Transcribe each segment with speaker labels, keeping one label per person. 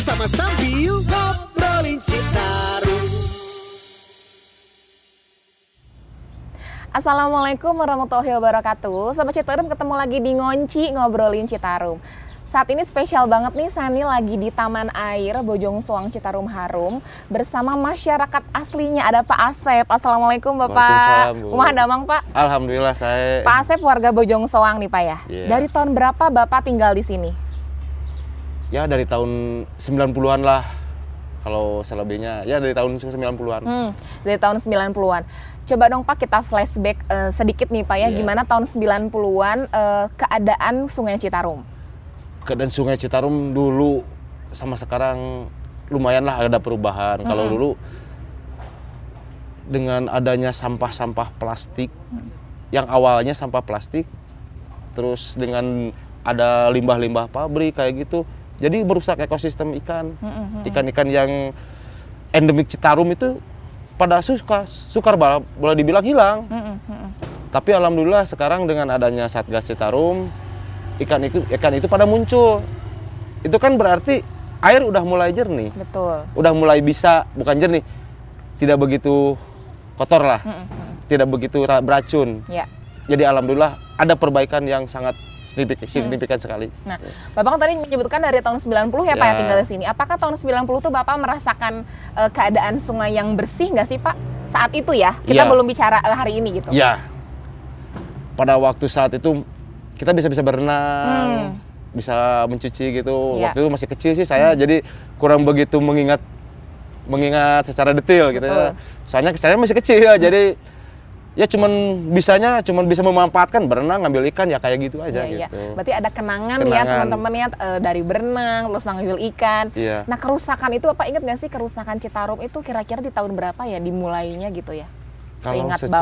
Speaker 1: bersama sambil ngobrolin Citarum.
Speaker 2: Assalamualaikum warahmatullahi wabarakatuh. Sobat Citarum, ketemu lagi di Ngonci Ngobrolin Citarum. Saat ini spesial banget nih, Sani lagi di Taman Air Bojong Soang Citarum Harum bersama masyarakat aslinya. Ada Pak Asep. Assalamualaikum Bapak. Kumaha damang Pak?
Speaker 3: Alhamdulillah saya.
Speaker 2: Pak Asep warga Bojong Soang nih Pak ya.
Speaker 3: Yeah.
Speaker 2: Dari tahun berapa Bapak tinggal di sini?
Speaker 3: Ya dari tahun 90-an lah. Kalau selebihnya ya dari tahun 90-an.
Speaker 2: Dari tahun 90-an. Coba dong Pak kita flashback sedikit nih Pak ya.
Speaker 3: Yeah.
Speaker 2: Gimana tahun 90-an keadaan Sungai Citarum?
Speaker 3: Keadaan Sungai Citarum dulu sama sekarang lumayan lah ada perubahan. Kalau dulu dengan adanya sampah-sampah plastik yang awalnya sampah plastik, terus dengan ada limbah-limbah pabrik kayak gitu, jadi merusak ekosistem ikan. Ikan-ikan yang endemik Citarum itu pada sukar boleh dibilang hilang. Tapi alhamdulillah sekarang dengan adanya Satgas Citarum, ikan itu pada muncul. Itu kan berarti air udah mulai jernih.
Speaker 2: Betul.
Speaker 3: Udah mulai bisa, bukan jernih, tidak begitu kotor lah, tidak begitu beracun.
Speaker 2: Ya.
Speaker 3: Jadi alhamdulillah ada perbaikan yang sangat signifikan sekali.
Speaker 2: Nah, Bapak kan tadi menyebutkan dari tahun 90 ya Pak
Speaker 3: Ya.
Speaker 2: yang tinggal di sini. Apakah tahun 90 tuh Bapak merasakan keadaan sungai yang bersih nggak sih Pak? Saat itu ya, kita
Speaker 3: Ya.
Speaker 2: belum bicara hari ini gitu.
Speaker 3: Ya, pada waktu saat itu kita bisa berenang, bisa mencuci gitu.
Speaker 2: Ya.
Speaker 3: Waktu itu masih kecil sih saya, jadi kurang begitu mengingat secara detail gitu ya. Soalnya saya masih kecil ya, jadi ya cuman bisa memanfaatkan berenang, ngambil ikan ya kayak gitu aja
Speaker 2: Iya.
Speaker 3: gitu.
Speaker 2: Berarti ada kenangan ya teman-teman ya dari berenang, terus mengambil ikan.
Speaker 3: Iya.
Speaker 2: Nah kerusakan itu Bapak ingat nggak sih kerusakan Citarum itu kira-kira di tahun berapa ya dimulainya gitu ya?
Speaker 3: Kalau
Speaker 2: Seingat
Speaker 3: secara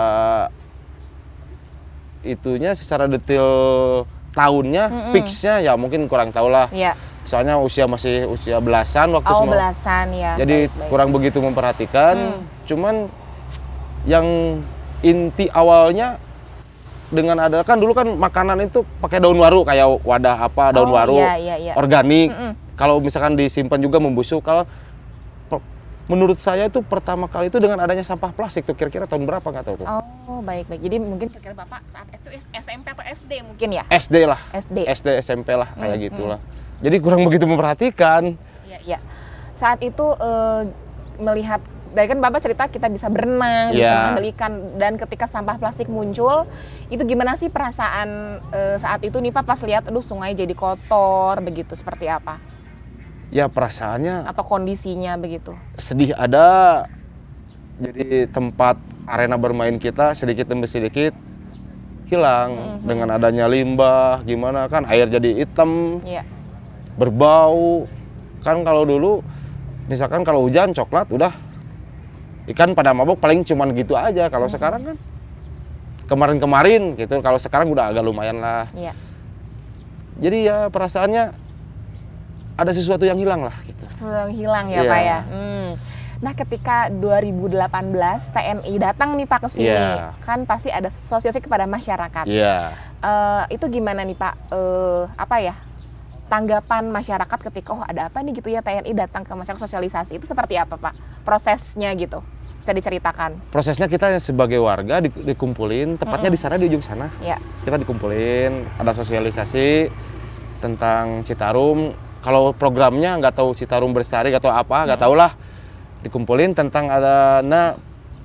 Speaker 2: Bapak.
Speaker 3: secara detail tahunnya, fixnya ya mungkin kurang tahu lah.
Speaker 2: Iya.
Speaker 3: Soalnya masih usia belasan waktu
Speaker 2: Oh
Speaker 3: semua.
Speaker 2: belasan ya.
Speaker 3: Jadi
Speaker 2: Baik.
Speaker 3: kurang begitu memperhatikan. Cuman yang inti awalnya dengan ada kan dulu kan makanan itu pakai daun waru kayak wadah apa daun waru
Speaker 2: iya.
Speaker 3: organik. Kalau misalkan disimpan juga membusuk. Kalau menurut saya itu pertama kali itu dengan adanya sampah plastik tuh kira-kira tahun berapa nggak tahu tuh.
Speaker 2: Oh baik. Jadi mungkin kira-kira Bapak saat itu SMP atau SD mungkin ya?
Speaker 3: SD lah.
Speaker 2: SD.
Speaker 3: SD SMP lah kayak gitulah. Jadi kurang begitu memperhatikan.
Speaker 2: Iya. Saat itu melihat dari kan Bapak cerita kita bisa berenang, bisa
Speaker 3: Iya.
Speaker 2: mengambil ikan, dan ketika sampah plastik muncul, itu gimana sih perasaan saat itu nih Pak pas lihat aduh sungai jadi kotor begitu, seperti apa?
Speaker 3: Ya perasaannya
Speaker 2: Atau kondisinya begitu?
Speaker 3: sedih ada. Jadi tempat arena bermain kita sedikit demi sedikit hilang dengan adanya limbah, gimana kan air jadi hitam,
Speaker 2: Iya.
Speaker 3: berbau. Kan kalau dulu misalkan kalau hujan coklat udah ikan pada mabuk paling cuman gitu aja. Kalau sekarang kan kemarin-kemarin gitu, kalau sekarang udah agak lumayan lah.
Speaker 2: Iya.
Speaker 3: Jadi ya perasaannya ada sesuatu yang hilang lah gitu.
Speaker 2: Sedang hilang ya
Speaker 3: Iya.
Speaker 2: Pak ya. Nah ketika 2018 TNI datang nih Pak ke sini,
Speaker 3: Iya.
Speaker 2: kan pasti ada sosialisasi kepada masyarakat.
Speaker 3: Iya.
Speaker 2: Itu gimana nih Pak? Tanggapan masyarakat ketika ada apa nih gitu ya TNI datang ke masyarakat, sosialisasi itu seperti apa Pak? Prosesnya gitu bisa diceritakan?
Speaker 3: Prosesnya kita sebagai warga dikumpulin, tepatnya di sana di ujung sana.
Speaker 2: Ya.
Speaker 3: Kita dikumpulin, ada sosialisasi tentang Citarum. Kalau programnya nggak tahu Citarum Berlestari atau apa, nggak tahu lah. Dikumpulin tentang adanya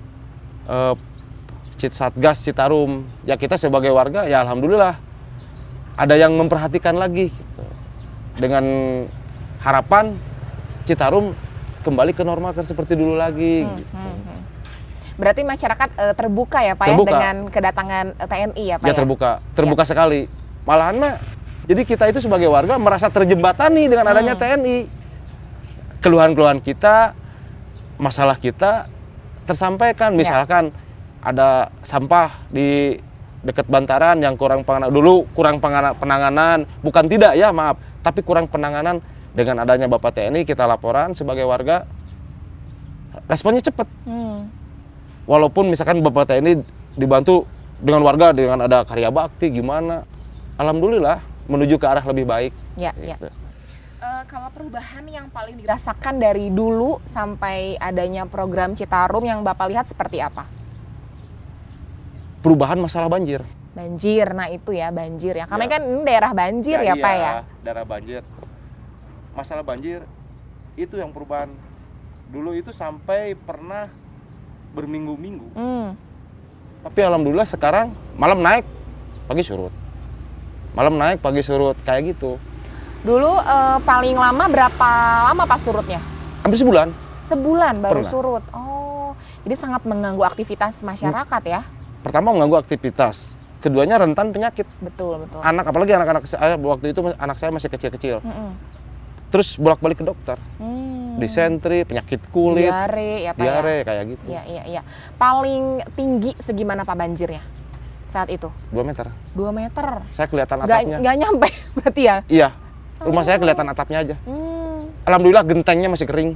Speaker 3: Satgas Citarum. Ya kita sebagai warga ya alhamdulillah ada yang memperhatikan lagi gitu. Dengan harapan Citarum kembali ke normal seperti dulu lagi gitu.
Speaker 2: Berarti masyarakat terbuka ya Pak
Speaker 3: Terbuka.
Speaker 2: ya dengan kedatangan TNI ya Pak
Speaker 3: Ya terbuka sekali. Malahan mah jadi kita itu sebagai warga merasa terjembatani dengan adanya TNI. Keluhan-keluhan kita, masalah kita tersampaikan. Misalkan ada sampah di dekat bantaran yang kurang penanganan, bukan tidak ya maaf, tapi kurang penanganan. Dengan adanya Bapak TNI kita laporan sebagai warga, responnya cepat. Walaupun misalkan Bapak TNI dibantu dengan warga dengan ada karya bakti gimana, alhamdulillah menuju ke arah lebih baik.
Speaker 2: Ya,
Speaker 3: gitu.
Speaker 2: Kalau perubahan yang paling dirasakan dari dulu sampai adanya program Citarum yang Bapak lihat seperti apa?
Speaker 3: Perubahan masalah banjir.
Speaker 2: Banjir, nah itu ya banjir ya. Karena
Speaker 3: Ya.
Speaker 2: kan ini daerah banjir ya, Pak ya.
Speaker 3: Daerah banjir. Masalah banjir itu yang perubahan. Dulu itu sampai pernah berminggu-minggu. Tapi alhamdulillah sekarang malam naik, pagi surut. Malam naik, pagi surut, kayak gitu.
Speaker 2: Dulu paling lama berapa lama Pak surutnya?
Speaker 3: Hampir sebulan.
Speaker 2: Sebulan baru
Speaker 3: Pernah.
Speaker 2: surut. Oh, jadi sangat mengganggu aktivitas masyarakat ya?
Speaker 3: Pertama mengganggu aktivitas, keduanya rentan penyakit.
Speaker 2: Betul, betul.
Speaker 3: Anak, apalagi anak-anak saya, waktu itu anak saya masih kecil-kecil. Terus bolak-balik ke dokter. Disentri, penyakit kulit,
Speaker 2: Diare ya Pak
Speaker 3: diare,
Speaker 2: ya?
Speaker 3: kayak gitu.
Speaker 2: Iya, iya, iya. Paling tinggi segimana Pak banjirnya saat itu?
Speaker 3: 2 meter.
Speaker 2: 2 meter?
Speaker 3: Saya kelihatan atapnya.
Speaker 2: Nggak nyampe berarti ya?
Speaker 3: Iya, rumah saya kelihatan atapnya aja.
Speaker 2: Hmm.
Speaker 3: Alhamdulillah gentengnya masih kering.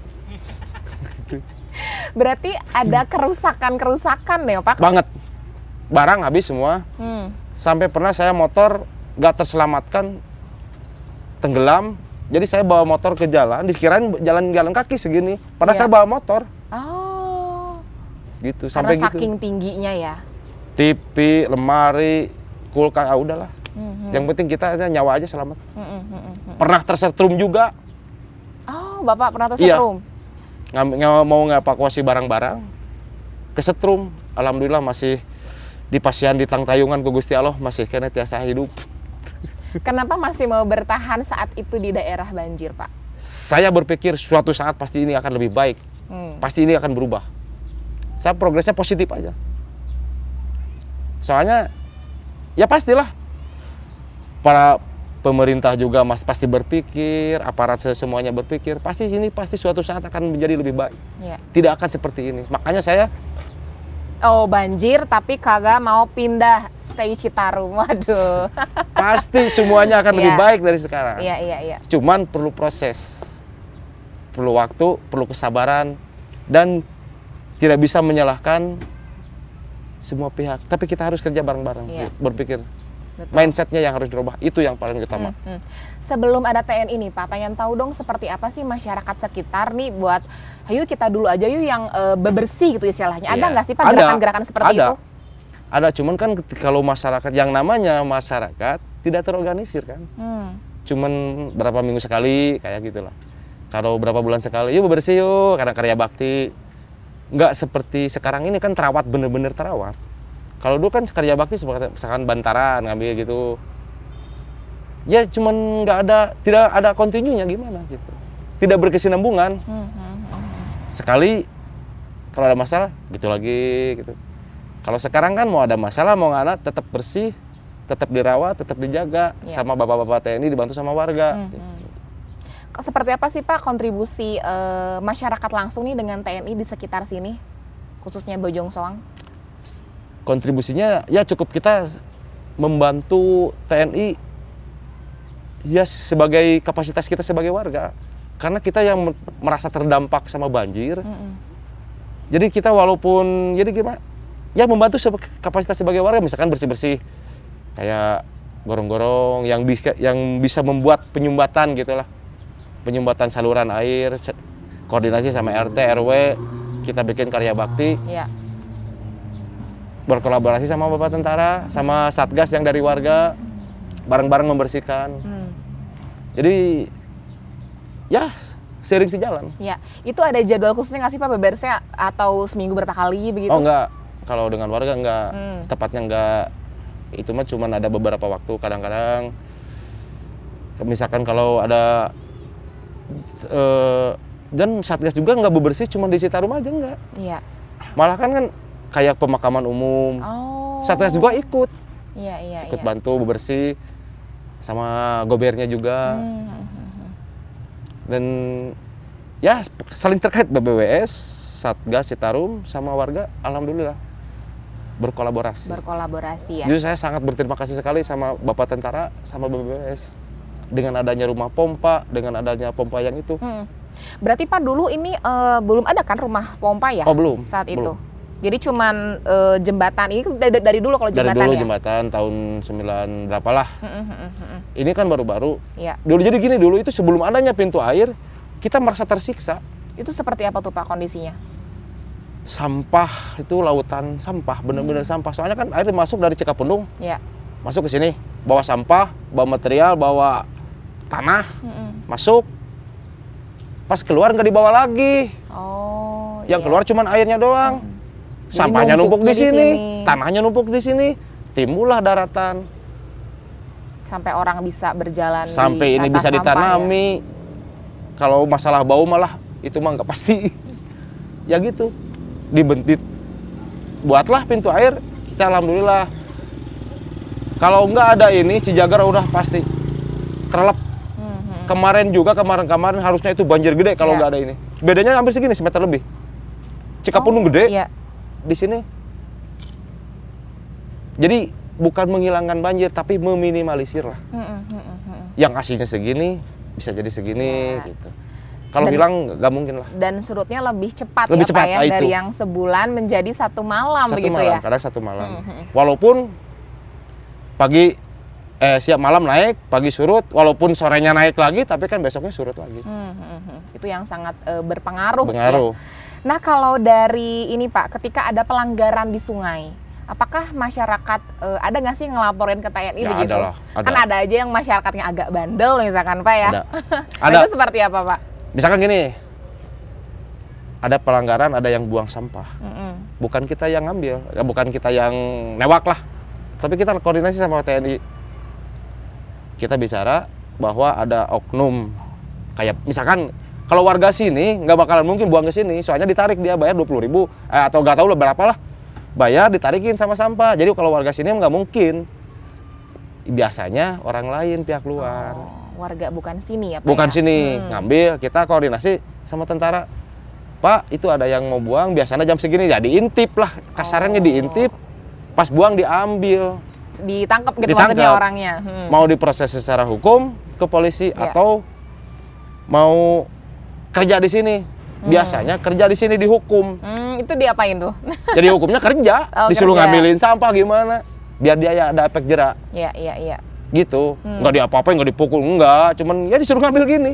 Speaker 2: Berarti ada kerusakan-kerusakan ya Pak?
Speaker 3: Banget. Barang habis semua. Sampai pernah saya motor gak terselamatkan, tenggelam. Jadi saya bawa motor ke jalan, dikirain jalan kaki segini. Padahal
Speaker 2: Iya.
Speaker 3: saya bawa motor.
Speaker 2: Oh,
Speaker 3: Gitu,
Speaker 2: karena
Speaker 3: sampai gitu.
Speaker 2: saking tingginya ya?
Speaker 3: TV, lemari, kulkas, udahlah. Yang penting kita nyawa aja selamat. Pernah tersetrum juga.
Speaker 2: Oh, Bapak pernah
Speaker 3: Iya.
Speaker 2: tersetrum?
Speaker 3: Mau ngevakuasi barang-barang, kesetrum. Alhamdulillah masih dipasihan di Tangtayungan ku Gusti Allah, masih kena tiasa hidup.
Speaker 2: Kenapa masih mau bertahan saat itu di daerah banjir, Pak?
Speaker 3: Saya berpikir suatu saat pasti ini akan lebih baik. Pasti ini akan berubah. Saya progresnya positif aja. Soalnya, ya pastilah. Para pemerintah juga pasti berpikir, aparat semuanya berpikir, pasti suatu saat akan menjadi lebih baik.
Speaker 2: Iya.
Speaker 3: Tidak akan seperti ini. Makanya saya
Speaker 2: Oh, banjir tapi kagak mau pindah stay Citarum. Waduh.
Speaker 3: pasti semuanya akan lebih
Speaker 2: Iya.
Speaker 3: baik dari sekarang.
Speaker 2: Iya, iya, iya.
Speaker 3: Cuman perlu proses, perlu waktu, perlu kesabaran, dan tidak bisa menyalahkan semua pihak. Tapi kita harus kerja bareng-bareng,
Speaker 2: Iya.
Speaker 3: berpikir.
Speaker 2: Betul.
Speaker 3: Mindsetnya yang harus dirubah, itu yang paling utama.
Speaker 2: Sebelum ada TNI nih Pak, pengen tahu dong seperti apa sih masyarakat sekitar nih buat, ayo kita dulu aja yuk yang bebersih gitu istilahnya. Ada
Speaker 3: Iya.
Speaker 2: nggak sih Pak
Speaker 3: Ada.
Speaker 2: gerakan-gerakan seperti
Speaker 3: Ada.
Speaker 2: itu?
Speaker 3: Ada, cuman kan kalau masyarakat, yang namanya masyarakat tidak terorganisir kan. Cuman berapa minggu sekali, kayak gitulah. Kalau berapa bulan sekali, yuk bebersih yuk, karena karya bakti. Nggak seperti sekarang ini kan terawat, bener-bener terawat. Kalau dulu kan karya bakti misalkan bantaran ngambil gitu, ya cuman tidak ada kontinunya gimana gitu, tidak berkesinambungan. Sekali kalau ada masalah gitu lagi gitu. Kalau sekarang kan mau ada masalah mau nggak ada tetap bersih, tetap dirawat, tetap dijaga sama bapak-bapak TNI dibantu sama warga. Gitu.
Speaker 2: Seperti apa sih Pak kontribusi masyarakat langsung nih dengan TNI di sekitar sini, khususnya Bojong Soang?
Speaker 3: Kontribusinya ya cukup kita membantu TNI ya sebagai kapasitas kita sebagai warga, karena kita yang merasa terdampak sama banjir. Jadi kita walaupun jadi gimana ya membantu kapasitas sebagai warga, misalkan bersih-bersih kayak gorong-gorong yang bisa membuat penyumbatan gitulah, penyumbatan saluran air, koordinasi sama RT RW, kita bikin karya bakti.
Speaker 2: Iya.
Speaker 3: Berkolaborasi sama Bapak Tentara, sama Satgas yang dari warga, bareng-bareng membersihkan. Jadi, ya sering sejalan.
Speaker 2: Ya, itu ada jadwal khususnya nggak sih Pak bebersih atau seminggu berapa kali begitu?
Speaker 3: Oh enggak, kalau dengan warga enggak, tepatnya enggak. Itu mah cuma ada beberapa waktu, kadang-kadang, misalkan kalau ada, dan Satgas juga nggak bebersih cuma di Citarum aja enggak.
Speaker 2: Iya.
Speaker 3: Malah kan kayak pemakaman umum, Satgas juga ikut.
Speaker 2: Iya.
Speaker 3: Ikut bantu bebersih sama gobernya juga. Dan ya saling terkait BBWS, Satgas Citarum sama warga, alhamdulillah berkolaborasi.
Speaker 2: Berkolaborasi ya.
Speaker 3: Jadi saya sangat berterima kasih sekali sama Bapak Tentara sama BBWS dengan adanya rumah pompa, dengan adanya pompa yang itu.
Speaker 2: Berarti Pak dulu ini belum ada kan rumah pompa ya?
Speaker 3: Oh belum.
Speaker 2: Saat itu. Jadi cuman jembatan ini dari dulu kalau
Speaker 3: Dari
Speaker 2: jembatan
Speaker 3: dulu
Speaker 2: ya.
Speaker 3: jembatan tahun 9 berapa lah. Ini kan baru-baru.
Speaker 2: Iya.
Speaker 3: Dulu jadi gini, dulu itu sebelum adanya pintu air, kita merasa tersiksa.
Speaker 2: Itu seperti apa tuh Pak kondisinya?
Speaker 3: Sampah itu lautan sampah, bener-bener sampah. Soalnya kan air masuk dari Cikapundung,
Speaker 2: Ya.
Speaker 3: masuk ke sini, bawa sampah, bawa material, bawa tanah, masuk. Pas keluar nggak dibawa lagi.
Speaker 2: Oh.
Speaker 3: Yang
Speaker 2: iya.
Speaker 3: keluar cuman airnya doang.
Speaker 2: Jadi
Speaker 3: Sampahnya numpuk di
Speaker 2: numpuknya di
Speaker 3: sini,
Speaker 2: sini.
Speaker 3: tanahnya numpuk di sini, timbullah daratan.
Speaker 2: Sampai orang bisa berjalan
Speaker 3: Sampai
Speaker 2: di
Speaker 3: ini
Speaker 2: atas
Speaker 3: bisa
Speaker 2: sampah,
Speaker 3: ditanami. Kalau masalah bau malah itu mah nggak pasti. Ya gitu, dibentit. Buatlah pintu air, kita alhamdulillah. Kalau nggak ada ini, Cijagar udah pasti terlep. Kemarin kemarin harusnya itu banjir gede kalau
Speaker 2: Iya.
Speaker 3: nggak ada ini. Bedanya hampir segini, semeter lebih. Cikapundung gede,
Speaker 2: Iya.
Speaker 3: di sini. Jadi bukan menghilangkan banjir, tapi meminimalisir lah. Yang aslinya segini, bisa jadi segini,
Speaker 2: Ya.
Speaker 3: gitu. Kalau
Speaker 2: Dan-
Speaker 3: hilang nggak mungkin lah.
Speaker 2: Dan surutnya lebih cepat
Speaker 3: Lebih
Speaker 2: ya
Speaker 3: cepat,
Speaker 2: Pak ya,
Speaker 3: itu.
Speaker 2: dari yang sebulan menjadi 1 malam
Speaker 3: Satu
Speaker 2: begitu
Speaker 3: malam,
Speaker 2: ya.
Speaker 3: kadang 1 malam. Walaupun siap malam naik, pagi surut, walaupun sorenya naik lagi, tapi kan besoknya surut lagi.
Speaker 2: Itu yang sangat berpengaruh.
Speaker 3: Pengaruh.
Speaker 2: Ya. Nah kalau dari ini Pak, ketika ada pelanggaran di sungai, apakah masyarakat ada nggak sih ngelaporin ke TNI
Speaker 3: Ya,
Speaker 2: begitu?
Speaker 3: ada lah, ada.
Speaker 2: Kan ada aja yang masyarakatnya agak bandel misalkan Pak ya.
Speaker 3: Ada.
Speaker 2: Nah,
Speaker 3: Ada.
Speaker 2: itu seperti apa Pak?
Speaker 3: Misalkan gini, ada pelanggaran, ada yang buang sampah. Bukan kita yang ngambil, ya bukan kita yang newak lah. Tapi kita koordinasi sama TNI. Kita bicara bahwa ada oknum. Kayak misalkan kalau warga sini nggak bakalan mungkin buang ke sini, soalnya ditarik dia bayar 20.000 atau nggak tahu lah berapa lah. Bayar ditarikin sama sampah. Jadi kalau warga sini nggak mungkin. Biasanya orang lain pihak luar.
Speaker 2: Oh, warga bukan sini ya Pak
Speaker 3: Bukan
Speaker 2: ya?
Speaker 3: sini, ngambil, kita koordinasi sama tentara. Pak, itu ada yang mau buang, biasanya jam segini ya diintip lah, kasarannya diintip, pas buang diambil.
Speaker 2: Ditangkap gitu
Speaker 3: Ditangkap.
Speaker 2: maksudnya orangnya.
Speaker 3: Mau diproses secara hukum ke polisi
Speaker 2: Ya.
Speaker 3: atau mau kerja di sini. Biasanya kerja di sini dihukum.
Speaker 2: Itu diapain tuh?
Speaker 3: Jadi hukumnya kerja,
Speaker 2: Oh,
Speaker 3: disuruh
Speaker 2: kerja.
Speaker 3: ngambilin sampah gimana, biar dia ya ada efek jerak.
Speaker 2: Iya.
Speaker 3: Gitu, nggak diapa-apain, nggak dipukul, enggak, cuman ya disuruh ngambil gini.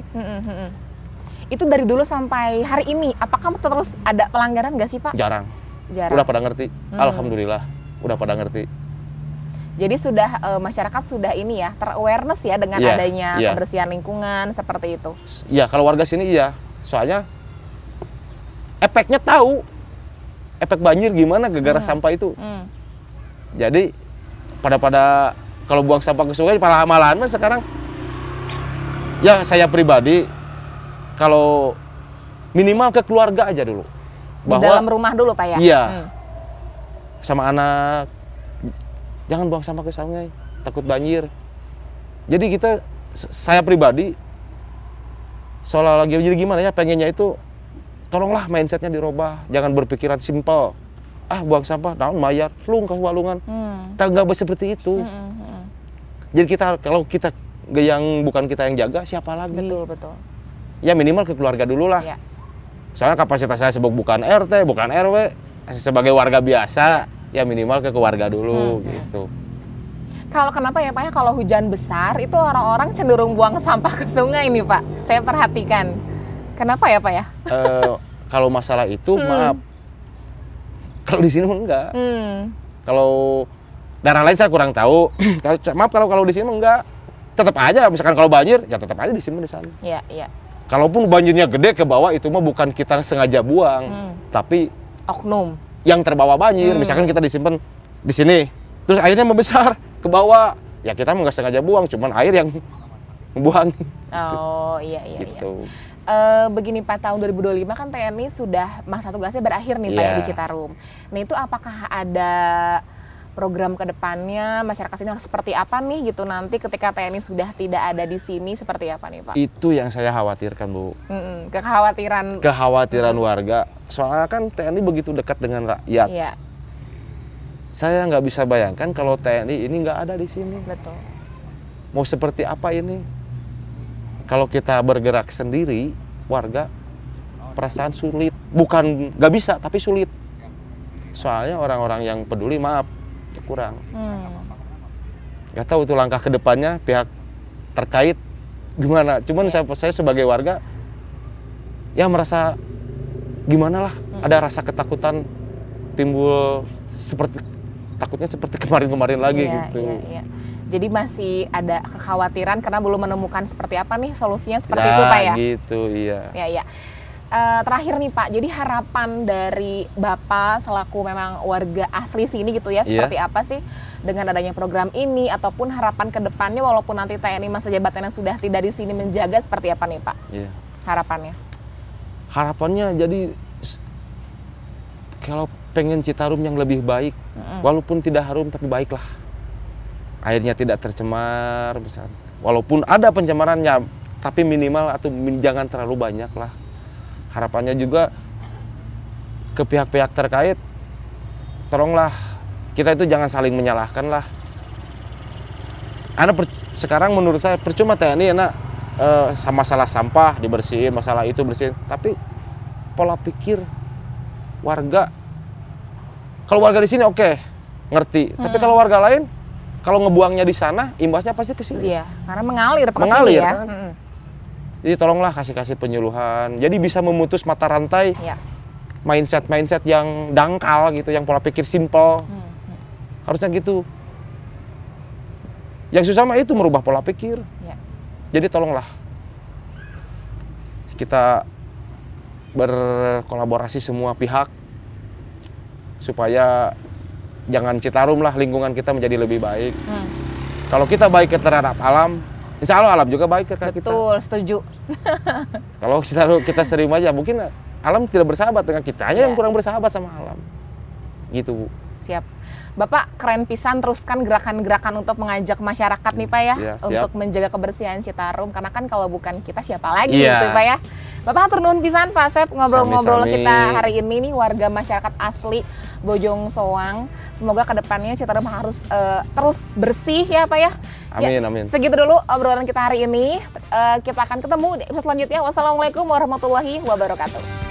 Speaker 2: Itu dari dulu sampai hari ini, apakah terus ada pelanggaran nggak sih Pak?
Speaker 3: Jarang,
Speaker 2: Jarang.
Speaker 3: udah pada ngerti, alhamdulillah, udah pada ngerti.
Speaker 2: Jadi sudah masyarakat sudah ini ya, ter-awareness ya dengan
Speaker 3: Iya,
Speaker 2: adanya
Speaker 3: iya.
Speaker 2: kebersihan lingkungan seperti itu.
Speaker 3: Iya, kalau warga sini iya. Soalnya efeknya tahu. Efek banjir gimana gara-gara sampah itu. Jadi pada kalau buang sampah ke sungai malahan sekarang ya saya pribadi kalau minimal ke keluarga aja dulu.
Speaker 2: Di dalam rumah dulu Pak ya?
Speaker 3: Iya. Sama anak jangan buang sampah ke sungai, takut banjir. Jadi saya pribadi seolah lagi jadi gimana ya, pengennya itu tolonglah mindsetnya dirubah, jangan berpikiran simpel. Buang sampah, naon mayar, lung ke walungan. Nggak seperti itu. Jadi kalau kita yang bukan kita yang jaga, siapa lagi?
Speaker 2: Betul.
Speaker 3: Ya minimal ke keluarga dulu lah.
Speaker 2: Ya.
Speaker 3: Soalnya kapasitas saya bukan RT, bukan RW, sebagai warga biasa, ya minimal ke keluarga dulu gitu.
Speaker 2: Kalau kenapa ya Pak ya, kalau hujan besar itu orang-orang cenderung buang sampah ke sungai nih Pak. Saya perhatikan. Kenapa ya Pak ya?
Speaker 3: Kalau masalah itu maaf. Kalau di sini mah enggak. Kalau daerah lain saya kurang tahu. Maaf kalau di sini mah enggak. Tetap aja misalkan kalau banjir ya tetap aja disimpan di sana.
Speaker 2: Iya.
Speaker 3: Kalaupun banjirnya gede ke bawah itu mah bukan kita sengaja buang, tapi
Speaker 2: Oknum.
Speaker 3: yang terbawa banjir. Misalkan kita disimpan di sini, terus airnya membesar ke bawah, ya kita nggak sengaja buang, cuman air yang membuang.
Speaker 2: Oh iya.
Speaker 3: Gitu.
Speaker 2: Begini Pak, tahun 2025 kan TNI sudah masa tugasnya berakhir nih Pak ya
Speaker 3: Iya.
Speaker 2: di Citarum. Nah itu apakah ada program ke depannya, masyarakat sini harus seperti apa nih gitu nanti ketika TNI sudah tidak ada di sini, seperti apa nih Pak?
Speaker 3: Itu yang saya khawatirkan, Bu.
Speaker 2: Kekhawatiran
Speaker 3: warga. Soalnya kan TNI begitu dekat dengan rakyat.
Speaker 2: Iya,
Speaker 3: Saya nggak bisa bayangkan kalau TNI ini nggak ada di sini.
Speaker 2: betul.
Speaker 3: Mau seperti apa ini? Kalau kita bergerak sendiri, warga perasaan sulit. Bukan nggak bisa, tapi sulit. Soalnya orang-orang yang peduli maaf kurang.
Speaker 2: Hmm.
Speaker 3: Nggak tahu itu langkah ke depannya pihak terkait gimana. Cuman saya sebagai warga ya merasa gimana lah, ada rasa ketakutan timbul takutnya seperti kemarin-kemarin lagi gitu.
Speaker 2: Iya. Jadi masih ada kekhawatiran karena belum menemukan seperti apa nih solusinya seperti
Speaker 3: Ya,
Speaker 2: itu Pak ya?
Speaker 3: gitu, iya.
Speaker 2: Ya. Terakhir nih Pak, jadi harapan dari Bapak selaku memang warga asli sini gitu ya, seperti apa sih dengan adanya program ini ataupun harapan ke depannya walaupun nanti TNI masa jabatannya sudah tidak di sini menjaga seperti apa nih Pak?
Speaker 3: Iya.
Speaker 2: Harapannya?
Speaker 3: Harapannya jadi kalau pengen Citarum yang lebih baik, walaupun tidak harum tapi baiklah. Airnya tidak tercemar, misalnya. Walaupun ada pencemarannya, tapi minimal atau jangan terlalu banyak lah. Harapannya juga ke pihak-pihak terkait, tolonglah kita itu jangan saling menyalahkan lah. Karena sekarang menurut saya percuma TNI enak masalah sampah dibersihin, masalah itu bersihin, tapi pola pikir warga, kalau warga di sini oke, ngerti, tapi kalau warga lain kalau ngebuangnya di sana, imbasnya pasti ke sini.
Speaker 2: Iya, karena mengalir ke
Speaker 3: Mengalir,
Speaker 2: sini ya.
Speaker 3: kan? Jadi tolonglah kasih penyuluhan. Jadi bisa memutus mata rantai mindset yang dangkal gitu, yang pola pikir simpel. Harusnya gitu. Yang susah mah itu merubah pola pikir.
Speaker 2: Ya.
Speaker 3: Jadi tolonglah kita berkolaborasi semua pihak supaya jangan Citarum lah, lingkungan kita menjadi lebih baik. Kalau kita baik terhadap alam, insya Allah alam juga baik ke kita.
Speaker 2: Betul, setuju.
Speaker 3: Kalau kita sering aja, mungkin alam tidak bersahabat dengan kita, hanya yang kurang bersahabat sama alam. Gitu, Bu.
Speaker 2: Siap. Bapak keren pisan, teruskan gerakan-gerakan untuk mengajak masyarakat nih Pak ya, untuk menjaga kebersihan Citarum, karena kan kalau bukan kita siapa lagi gitu Pak ya. Bapak hatur nuhun pisan Pak Sep, ngobrol-ngobrol kita hari ini nih warga masyarakat asli Bojong Soang. Semoga kedepannya Citarum harus terus bersih ya Pak ya.
Speaker 3: Amin.
Speaker 2: Segitu dulu obrolan kita hari ini. Kita akan ketemu di episode selanjutnya. Wassalamualaikum warahmatullahi wabarakatuh.